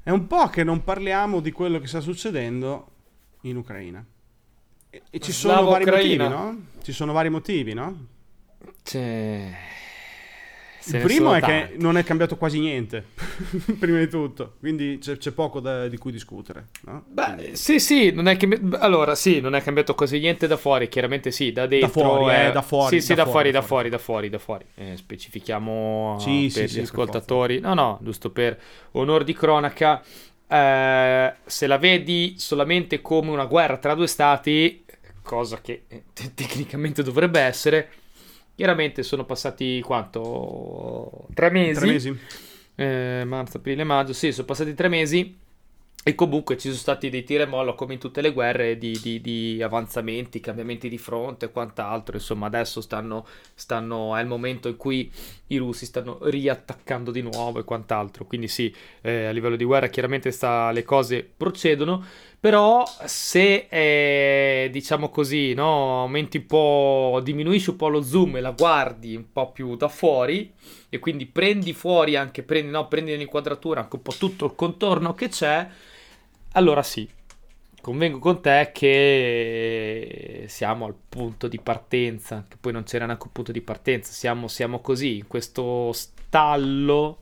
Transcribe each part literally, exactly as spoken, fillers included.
È un po' che non parliamo di quello che sta succedendo in Ucraina. E, e ci sono Slava vari Ucraina. motivi, no? Ci sono vari motivi, no? Cioè, Il se ne primo sono è che tanti. non è cambiato quasi niente, prima di tutto, quindi c'è, c'è poco da- di cui discutere, no? Beh, Quindi, sì, sì, non è cambi- allora sì, non è cambiato quasi niente da fuori, chiaramente sì, da da fuori, dentro eh, è... da Sì, fuori, sì, da da fuori, fuori, da da fuori, da fuori, fuori. da fuori, da fuori. Eh, specifichiamo Sì, eh, sì, per gli sì, per forza. ascoltatori. No, no, giusto per onor di cronaca. Eh, se la vedi solamente come una guerra tra due stati, cosa che eh, te- tecnicamente dovrebbe essere, chiaramente sono passati quanto? Tre Tre mesi? mesi? Eh, marzo, aprile, maggio, sì, sono passati tre mesi e comunque ci sono stati dei tira e molla come in tutte le guerre di, di- di avanzamenti, cambiamenti di fronte e quant'altro. Insomma, adesso stanno, stanno, è il momento in cui i russi stanno riattaccando di nuovo e quant'altro. Quindi sì, eh, a livello di guerra chiaramente sta, le cose procedono. Però se eh, diciamo così, no, aumenti un po', diminuisci un po' lo zoom e la guardi un po' più da fuori e quindi prendi fuori anche, prendi, no, prendi nell'inquadratura anche un po' tutto il contorno che c'è, allora sì, convengo con te che siamo al punto di partenza, che poi non c'era neanche un punto di partenza, siamo, siamo così, in questo stallo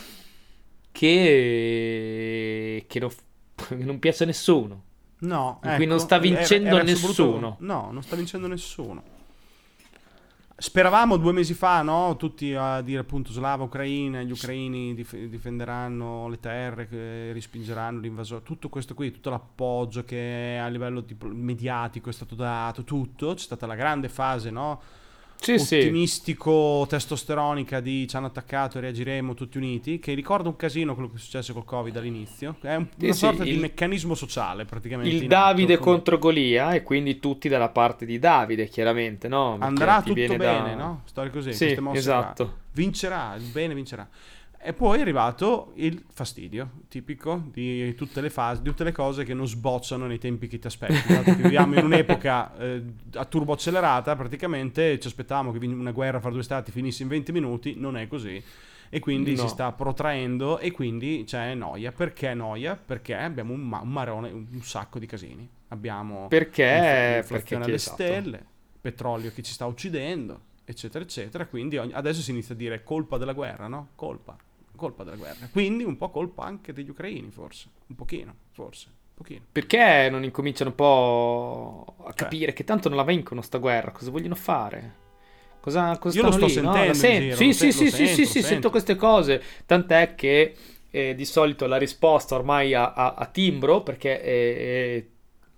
che, che non, che non piace a nessuno, No, in cui non ecco, sta era, vincendo era in assoluto... nessuno. No, non sta vincendo nessuno. Speravamo due mesi fa, no? Tutti a dire appunto slava Ucraina, gli ucraini dif- difenderanno le terre, che respingeranno l'invasore, tutto questo qui, tutto l'appoggio che a livello tipo mediatico è stato dato, tutto, c'è stata la grande fase, no? Sì, sì, Ottimistico, testosteronica di ci hanno attaccato e reagiremo tutti uniti, che ricorda un casino quello che è successo col Covid all'inizio, è un- sì, una sorta sì, di il, meccanismo sociale praticamente il in atto, Davide con- contro Golia e quindi tutti dalla parte di Davide, chiaramente, no? Perché andrà ti tutto viene bene, da... no? Storie così, queste Sì, mosse qua. esatto. Vincerà, il bene vincerà. E poi è arrivato il fastidio, tipico di tutte le fasi, di tutte le cose che non sbocciano nei tempi che ti aspetti. Dato che viviamo in un'epoca eh, a turbo accelerata, praticamente ci aspettavamo che una guerra fra due stati finisse in venti minuti, non è così. E quindi si No. sta protraendo e quindi c'è noia. Perché noia? Perché abbiamo un, ma- un marone, un, un sacco di casini. Abbiamo inf- Perché? Perché l'inflazione chi alle esatto. stelle, petrolio che ci sta uccidendo, eccetera, eccetera. Quindi ogni- adesso si inizia a dire colpa della guerra, no? Colpa, colpa della guerra. Quindi un po' colpa anche degli ucraini, forse. Un pochino, forse. Un pochino. Perché non incominciano un po' a Cioè, capire che tanto non la vincono sta guerra? Cosa vogliono fare? Cosa, cosa io lo stanno sto lì? No, la sentendo in sento. giro, lo, Sì, sì, se- lo sì, sì, sì, sento, lo sì, sento sento. queste cose. Tant'è che eh, di solito la risposta ormai a, a- a timbro, perché eh, eh,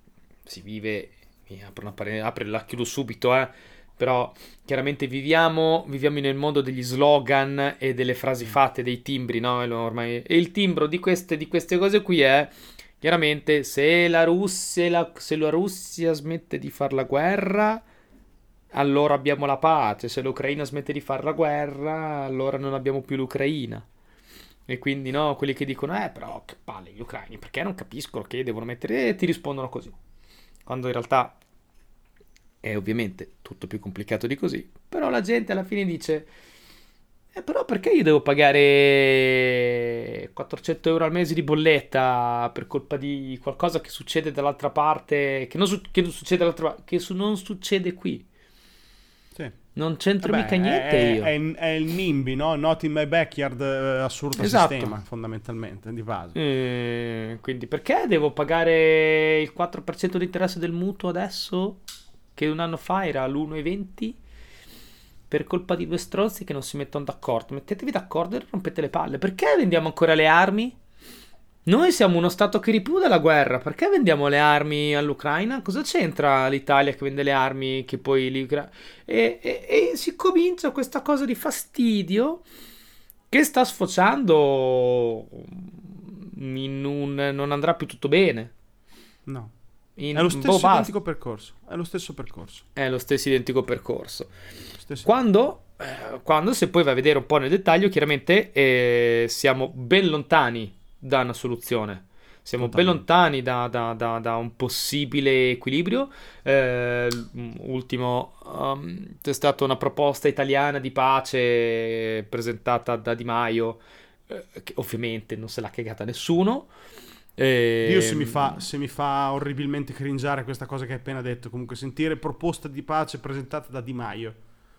si vive, mi apro una pare- apro e la chiudo subito, eh, però chiaramente viviamo, viviamo nel mondo degli slogan e delle frasi Sì. fatte, dei timbri, no? E lo- ormai- e il timbro di queste, di queste cose qui è chiaramente se la Russia, la- se la Russia smette di fare la guerra, allora abbiamo la pace. Se l'Ucraina smette di fare la guerra, allora non abbiamo più l'Ucraina. E quindi no, quelli che dicono, eh, però che palle gli ucraini, perché non capiscono che devono mettere, e ti rispondono così. Quando in realtà è ovviamente tutto più complicato di così. Però la gente alla fine dice, eh, però perché io devo pagare quattrocento euro al mese di bolletta per colpa di qualcosa che succede dall'altra parte, che non, su- che non succede dall'altra parte, che su- non succede qui. Sì. Non c'entro mica Vabbè, niente è, è- io. è- è il NIMBY, no? Not in my backyard, eh, assurdo Esatto. sistema, fondamentalmente, di base. Eh, quindi perché devo pagare il quattro per cento di interesse del mutuo adesso? Che un anno fa era l'uno virgola venti per colpa di due stronzi che non si mettono d'accordo. Mettetevi d'accordo e rompete le palle. Perché vendiamo ancora le armi? Noi siamo uno stato che ripudia la guerra. Perché vendiamo le armi all'Ucraina? Cosa c'entra l'Italia che vende le armi che poi l'Ucraina... E, e, e si comincia questa cosa di fastidio che sta sfociando in un non andrà più tutto bene. No. È In, lo boh, stesso basta. identico percorso. È lo stesso percorso. È lo stesso identico percorso. Stesso identico. Quando, eh, quando se poi vai a vedere un po' nel dettaglio, chiaramente eh, siamo ben lontani da una soluzione. Siamo ben Totalmente. lontani da, da- da- da un possibile equilibrio. Eh, ultimo, um, c'è stata una proposta italiana di pace presentata da Di Maio, eh, che ovviamente non se l'ha cagata nessuno. E... Dio se mi fa se mi fa orribilmente cringiare questa cosa che hai appena detto, comunque sentire proposta di pace presentata da Di Maio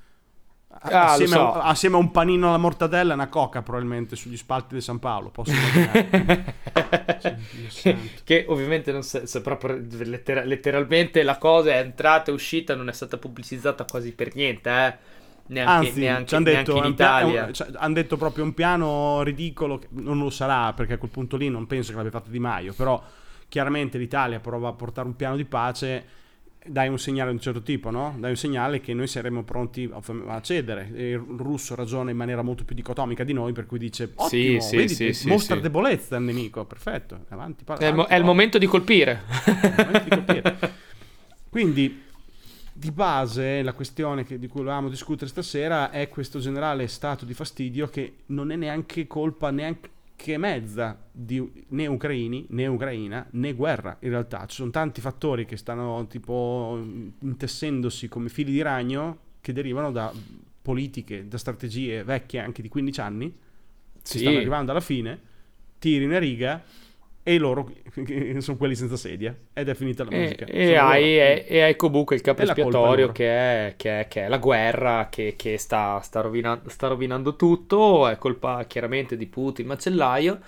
ah, assieme, so. a, assieme a un panino alla mortadella e una coca probabilmente sugli spalti di San Paolo, posso immaginare. Cioè, che ovviamente non se, se proprio lettera, letteralmente la cosa è entrata e uscita, non è stata pubblicizzata quasi per niente, eh. Neanche, Anzi, neanche, ci hanno detto, neanche in Italia. un, cioè, hanno detto proprio un piano ridicolo, che non lo sarà perché a quel punto lì non penso che l'abbia fatto Di Maio, però chiaramente l'Italia prova a portare un piano di pace, dai un segnale di un certo tipo, no? Dai un segnale che noi saremmo pronti a cedere. Il russo ragiona in maniera molto più dicotomica di noi, per cui dice ottimo, sì, vedi, sì, sì, mostra sì. debolezza al nemico, perfetto, avanti, avanti, è, il mo- è il momento di colpire. È il momento di colpire. Quindi di base la questione che, di cui volevamo discutere stasera è questo generale stato di fastidio che non è neanche colpa neanche mezza di né ucraini né Ucraina né guerra. In realtà ci sono tanti fattori che stanno tipo intessendosi come fili di ragno, che derivano da politiche, da strategie vecchie anche di quindici anni, sì. che stanno arrivando alla fine, tiri una riga e loro sono quelli senza sedia ed è finita la musica. E, e, hai, e, e hai comunque il capo espiatorio che è, che, è, che è la guerra che, che sta, sta, rovinando, sta rovinando tutto, è colpa chiaramente di Putin, macellaio,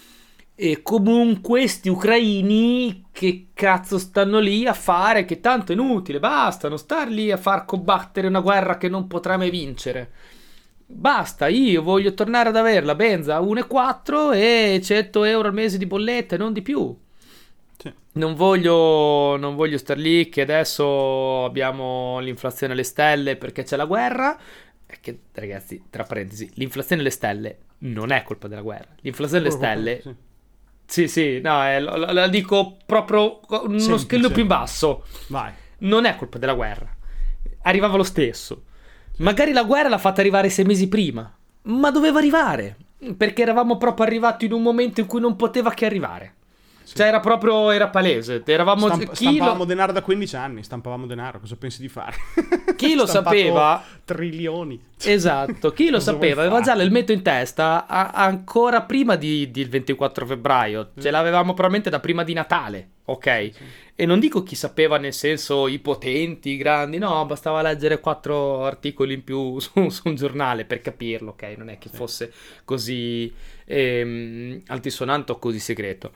e comunque sti ucraini che cazzo stanno lì a fare, che tanto è inutile, basta, non star lì a far combattere una guerra che non potrà mai vincere. Basta, io voglio tornare ad avere la benza a uno virgola quattro e cento euro al mese di bollette, non di più. Sì. Non voglio non voglio star lì che adesso abbiamo l'inflazione alle stelle perché c'è la guerra. E che, ragazzi, tra parentesi, l'inflazione alle stelle non è colpa della guerra. L'inflazione alle stelle... Sì, sì, sì no, è, la, la dico proprio uno Semplice. Schello più in basso. Vai. Non è colpa della guerra. Arrivava lo stesso. Magari la guerra l'ha fatta arrivare sei mesi prima, ma doveva arrivare, perché eravamo proprio arrivati in un momento in cui non poteva che arrivare. Sì. Cioè era proprio, era palese. Eravamo, Stamp- stampavamo lo... denaro da quindici anni, stampavamo denaro, cosa pensi di fare? Chi lo sapeva? Trilioni. Esatto, chi lo sapeva, aveva già l'elmetto in testa a- ancora prima di, di il ventiquattro febbraio, sì. Ce l'avevamo probabilmente da prima di Natale, ok? Sì. E non dico chi sapeva nel senso i potenti, i grandi, no, bastava leggere quattro articoli in più su, su un giornale per capirlo, ok? Non è che sì. fosse così ehm, altisonante o così segreto.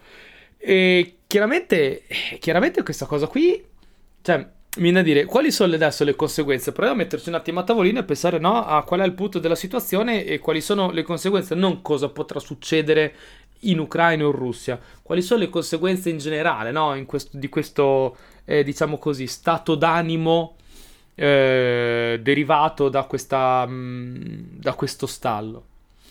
E chiaramente, chiaramente questa cosa qui, cioè, mi viene a dire, quali sono adesso le conseguenze? Proviamo a metterci un attimo a tavolino e pensare, no, a qual è il punto della situazione e quali sono le conseguenze, non cosa potrà succedere in Ucraina o in Russia, quali sono le conseguenze in generale, no, in questo, di questo, eh, diciamo così, stato d'animo eh, derivato da questa, mh, da questo stallo.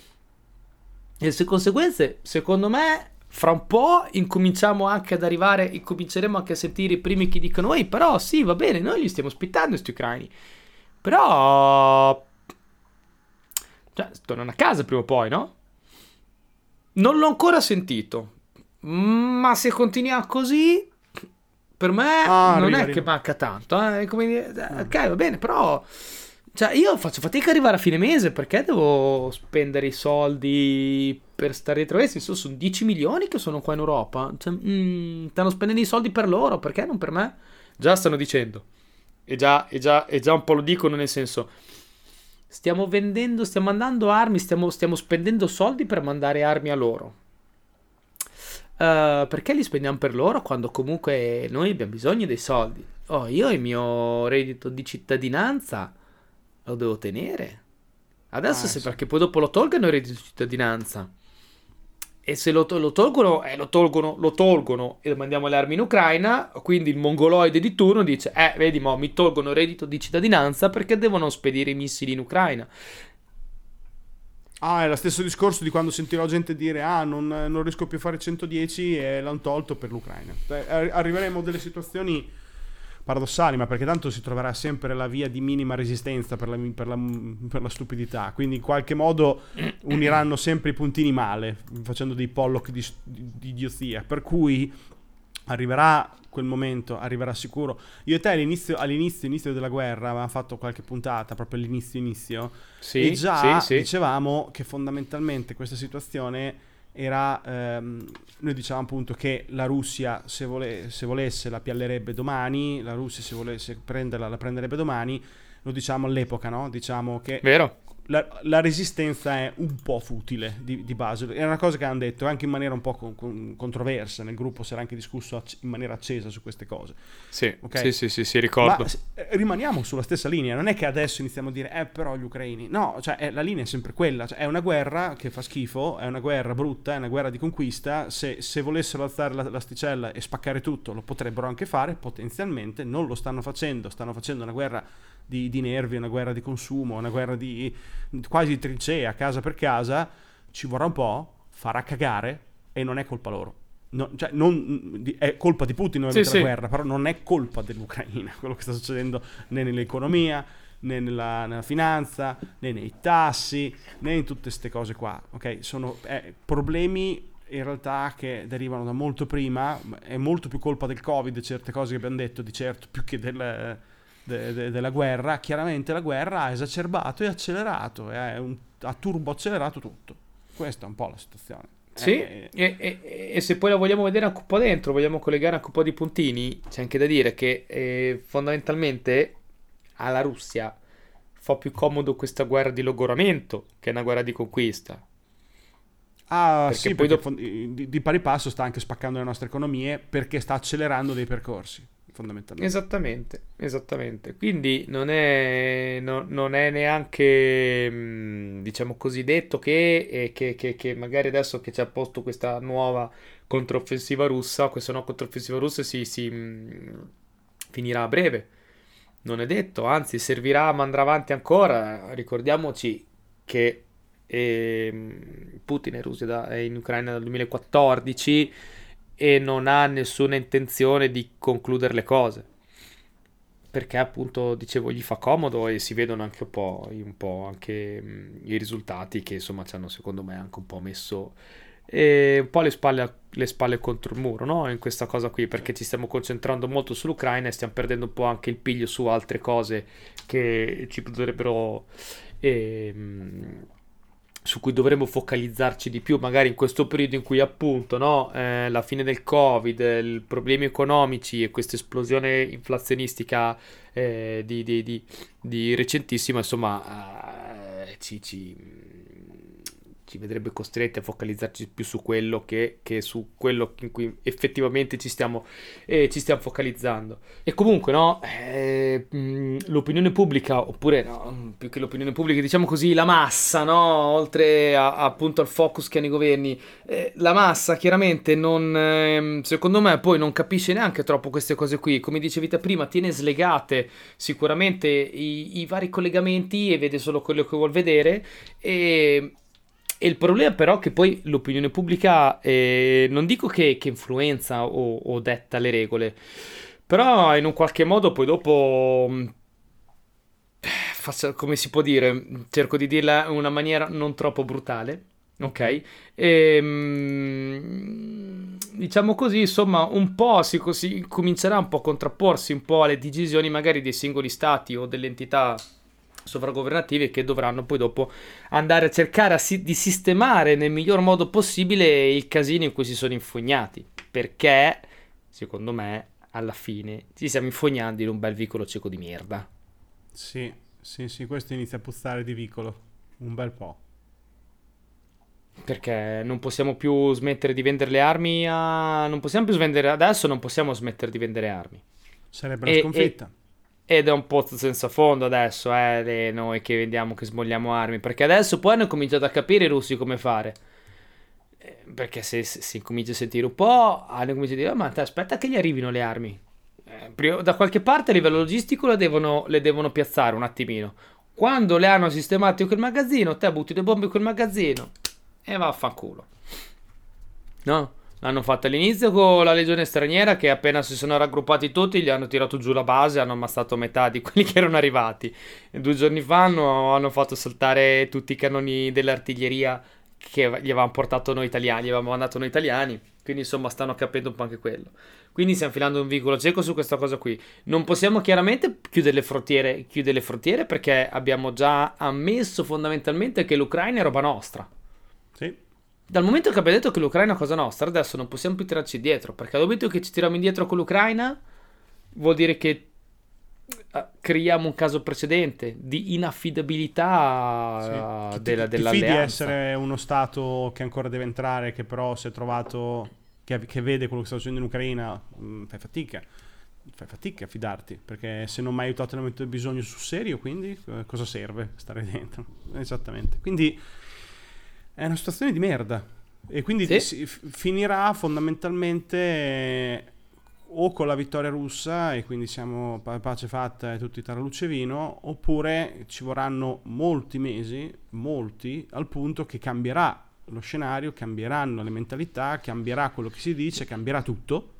E le conseguenze, secondo me, fra un po' incominciamo anche ad arrivare, incominceremo anche a sentire i primi che dicono, ehi, però sì, va bene, noi li stiamo ospitando questi ucraini, però cioè, tornano a casa prima o poi, no? Non l'ho ancora sentito, ma se continua così, per me ah, non arriva, è arriva. che manca tanto, eh? Come dire, ok, va bene, però cioè io faccio fatica ad arrivare a fine mese perché devo spendere i soldi per stare dietro questi. Sono dieci milioni che sono qua in Europa, cioè, mm, stanno spendendo i soldi per loro, perché non per me? Già stanno dicendo, e già, e già, e già un po' lo dicono, nel senso, stiamo vendendo, stiamo mandando armi, stiamo, stiamo spendendo soldi per mandare armi a loro. Uh, perché li spendiamo per loro quando comunque noi abbiamo bisogno dei soldi? Oh, io il mio reddito di cittadinanza lo devo tenere. Adesso ah, se sì. Perché poi dopo lo tolgono il reddito di cittadinanza. E se lo, lo tolgono, eh, lo tolgono, lo tolgono e mandiamo le armi in Ucraina, quindi il mongoloide di turno dice, eh, vedi, mo, mi tolgono il reddito di cittadinanza perché devono spedire i missili in Ucraina. Ah, è lo stesso discorso di quando sentirò gente dire, ah, non, non riesco più a fare centodieci e l'hanno tolto per l'Ucraina. Arriveremo a delle situazioni paradossali, ma perché tanto si troverà sempre la via di minima resistenza per la, per la, per la stupidità, quindi in qualche modo uniranno sempre i puntini male, facendo dei pollock di, di, di idiozia, per cui arriverà quel momento, arriverà sicuro. Io e te all'inizio, all'inizio inizio della guerra avevamo fatto qualche puntata, proprio all'inizio inizio, Sì, e già sì, sì. dicevamo che fondamentalmente questa situazione era, ehm, noi dicevamo appunto che la Russia se, vole- se volesse la piallerebbe domani, la Russia se volesse prenderla la prenderebbe domani, lo diciamo all'epoca, no? Diciamo che Vero? la, la resistenza è un po' futile di, di base, è una cosa che hanno detto anche in maniera un po' con, con, controversa, nel gruppo si era anche discusso ac- in maniera accesa su queste cose. Sì, Okay? sì, sì, sì, sì, ricordo. Ma eh, rimaniamo sulla stessa linea, non è che adesso iniziamo a dire eh però gli ucraini, no, cioè è, la linea è sempre quella, cioè, è una guerra che fa schifo, è una guerra brutta, è una guerra di conquista, se, se volessero alzare la, l'asticella e spaccare tutto lo potrebbero anche fare, potenzialmente, non lo stanno facendo, stanno facendo una guerra di, di nervi, una guerra di consumo, una guerra di quasi di trincea, casa per casa, ci vorrà un po', farà cagare e non è colpa loro. No, cioè non, è colpa di Putin non Sì, la sì. guerra, però non è colpa dell'Ucraina quello che sta succedendo né nell'economia né nella, nella finanza né nei tassi né in tutte queste cose qua, ok? Sono eh, problemi in realtà che derivano da molto prima, è molto più colpa del Covid, certe cose che abbiamo detto di certo, più che del, de, de, della guerra. Chiaramente la guerra ha esacerbato e accelerato, è un, ha turbo accelerato tutto. Questa è un po' la situazione. Sì, Eh, e, e- e se poi la vogliamo vedere anche un po' dentro, vogliamo collegare anche un po' di puntini, c'è anche da dire che eh, fondamentalmente alla Russia fa più comodo questa guerra di logoramento che una guerra di conquista. Ah, Perché sì, poi perché dopo- fon- di, di pari passo sta anche spaccando le nostre economie perché sta accelerando dei percorsi, fondamentalmente. Esattamente, esattamente. Quindi non è, no- non è neanche, mh, diciamo così, detto che, eh, che, che- che magari adesso che c'è a posto questa nuova controffensiva russa, questa nuova controffensiva russa si, si, mh, finirà a breve. Non è detto, anzi servirà, ma andrà avanti ancora. Ricordiamoci che ehm, Putin è, Russia da- è in Ucraina dal duemilaquattordici e non ha nessuna intenzione di concludere le cose. Perché appunto, dicevo, gli fa comodo e si vedono anche un po', un po' anche mh, i risultati che insomma ci hanno secondo me anche un po' messo eh, un po' le spalle, le spalle contro il muro, no? In questa cosa qui, perché ci stiamo concentrando molto sull'Ucraina e stiamo perdendo un po' anche il piglio su altre cose che ci dovrebbero ehm, su cui dovremmo focalizzarci di più, magari in questo periodo in cui appunto, no, eh, la fine del Covid, eh, i problemi economici e questa esplosione inflazionistica eh, di, di- di- di recentissima, insomma, eh, ci, ci- ci vedrebbe costretti a focalizzarci più su quello che, che su quello in cui effettivamente ci stiamo, eh, ci stiamo focalizzando. E comunque, no, eh, mh, l'opinione pubblica, oppure no, più che l'opinione pubblica, diciamo così, la massa, no, oltre a- appunto al focus che hanno i governi, eh, la massa chiaramente non, ehm, secondo me, poi non capisce neanche troppo queste cose qui. Come dicevi te prima, tiene slegate sicuramente i, i vari collegamenti e vede solo quello che vuol vedere. E, e il problema però è che poi l'opinione pubblica, eh, non dico che, che influenza o, o detta le regole, però in un qualche modo poi dopo, mh, faccio- come si può dire, cerco di dirla in una maniera non troppo brutale, ok? E, mh, diciamo così, insomma, un po' si, si comincerà un po' a contrapporsi un po' alle decisioni magari dei singoli stati o delle entità sovragovernative che dovranno poi dopo andare a cercare a si- di sistemare nel miglior modo possibile il casino in cui si sono infognati, perché secondo me alla fine ci stiamo infognando in un bel vicolo cieco di merda. Sì, sì, sì, questo inizia a puzzare di vicolo, un bel po'. Perché non possiamo più smettere di vendere le armi a... non possiamo più svendere adesso, non possiamo smettere di vendere armi. Sarebbe una E, e- sconfitta. ed è un pozzo senza fondo adesso, eh, le- noi che vendiamo, che smogliamo armi, perché adesso poi hanno cominciato a capire i russi come fare. Eh, Perché se, se si comincia a sentire un po', hanno cominciato a dire, "Oh, ma te, aspetta che gli arrivino le armi. Eh, prima- da qualche parte a livello logistico le devono, le devono piazzare un attimino. Quando le hanno sistemate in quel magazzino, te butti le bombe in quel magazzino e vaffanculo. No? L'hanno fatto all'inizio con la legione straniera che appena si sono raggruppati tutti gli hanno tirato giù la base, hanno ammazzato metà di quelli che erano arrivati. E due giorni fa hanno, hanno fatto saltare tutti i cannoni dell'artiglieria che gli avevamo portato noi italiani, gli avevamo mandato noi italiani. Quindi insomma stanno capendo un po' anche quello. Quindi stiamo filando un vicolo cieco su questa cosa qui. Non possiamo chiaramente chiudere le frontiere, chiudere le frontiere perché abbiamo già ammesso fondamentalmente che l'Ucraina è roba nostra. Sì. Dal momento che abbiamo detto che l'Ucraina è cosa nostra, adesso non possiamo più tirarci indietro, perché dal momento che ci tiriamo indietro con l'Ucraina vuol dire che creiamo un caso precedente di inaffidabilità sì. della, ti, ti dell'alleanza. Ti fidi essere uno stato che ancora deve entrare, che però si è trovato, che, che vede quello che sta succedendo in Ucraina, mh, fai fatica. Fai fatica a fidarti, perché se non mi hai aiutato nel momento del bisogno sul serio, quindi eh, cosa serve stare dentro? Esattamente. Quindi è una situazione di merda. E quindi sì. si, f- finirà fondamentalmente... Eh, o con la vittoria russa e quindi siamo pace fatta e tutti tarallucce vino, oppure ci vorranno molti mesi, molti, al punto che cambierà lo scenario, cambieranno le mentalità, cambierà quello che si dice, cambierà tutto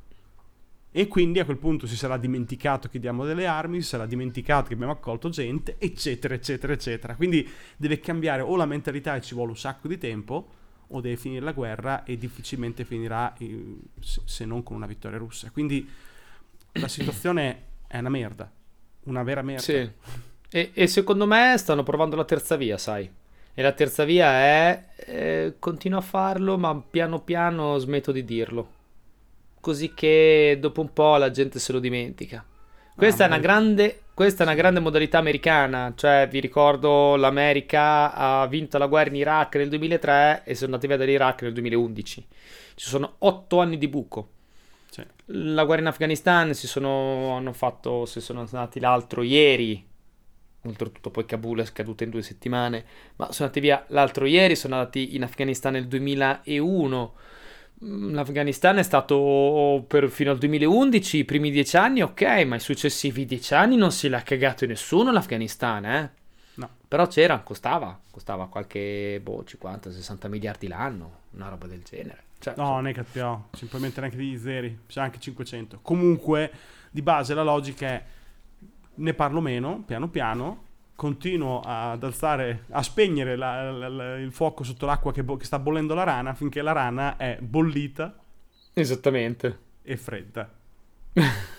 e quindi a quel punto si sarà dimenticato che diamo delle armi, si sarà dimenticato che abbiamo accolto gente, eccetera, eccetera, eccetera. Quindi deve cambiare o la mentalità e ci vuole un sacco di tempo, o deve finire la guerra e difficilmente finirà eh, se non con una vittoria russa. Quindi la situazione è una merda, una vera merda. Sì. E, e secondo me stanno provando la terza via, sai. E la terza via è eh, continuo a farlo, ma piano piano smetto di dirlo. Così che dopo un po' la gente se lo dimentica. Questa, ah, è, una grande, questa è una grande modalità americana, cioè vi ricordo l'America ha vinto la guerra in Iraq nel duemilatré e sono andati via dall'Iraq nel duemilaundici. Ci sono otto anni di buco. Sì. La guerra in Afghanistan si sono, hanno fatto, si sono andati l'altro ieri, oltretutto poi Kabul è scaduta in due settimane, ma sono andati via l'altro ieri, sono andati in Afghanistan nel duemilauno. L'Afghanistan è stato per, fino al duemilaundici, i primi dieci anni ok, ma i successivi dieci anni non se l'ha cagato nessuno l'Afghanistan, eh? No. Però c'era, costava, costava qualche boh, cinquanta sessanta miliardi l'anno, una roba del genere. Cioè, no, so... ne capiamo, simplemente neanche degli zeri, c'è anche cinquecento. Comunque, di base la logica è ne parlo meno, piano piano, continuo ad alzare, a spegnere la, la, la, il fuoco sotto l'acqua che, bo- che sta bollendo la rana finché la rana è bollita. Esattamente. E fredda.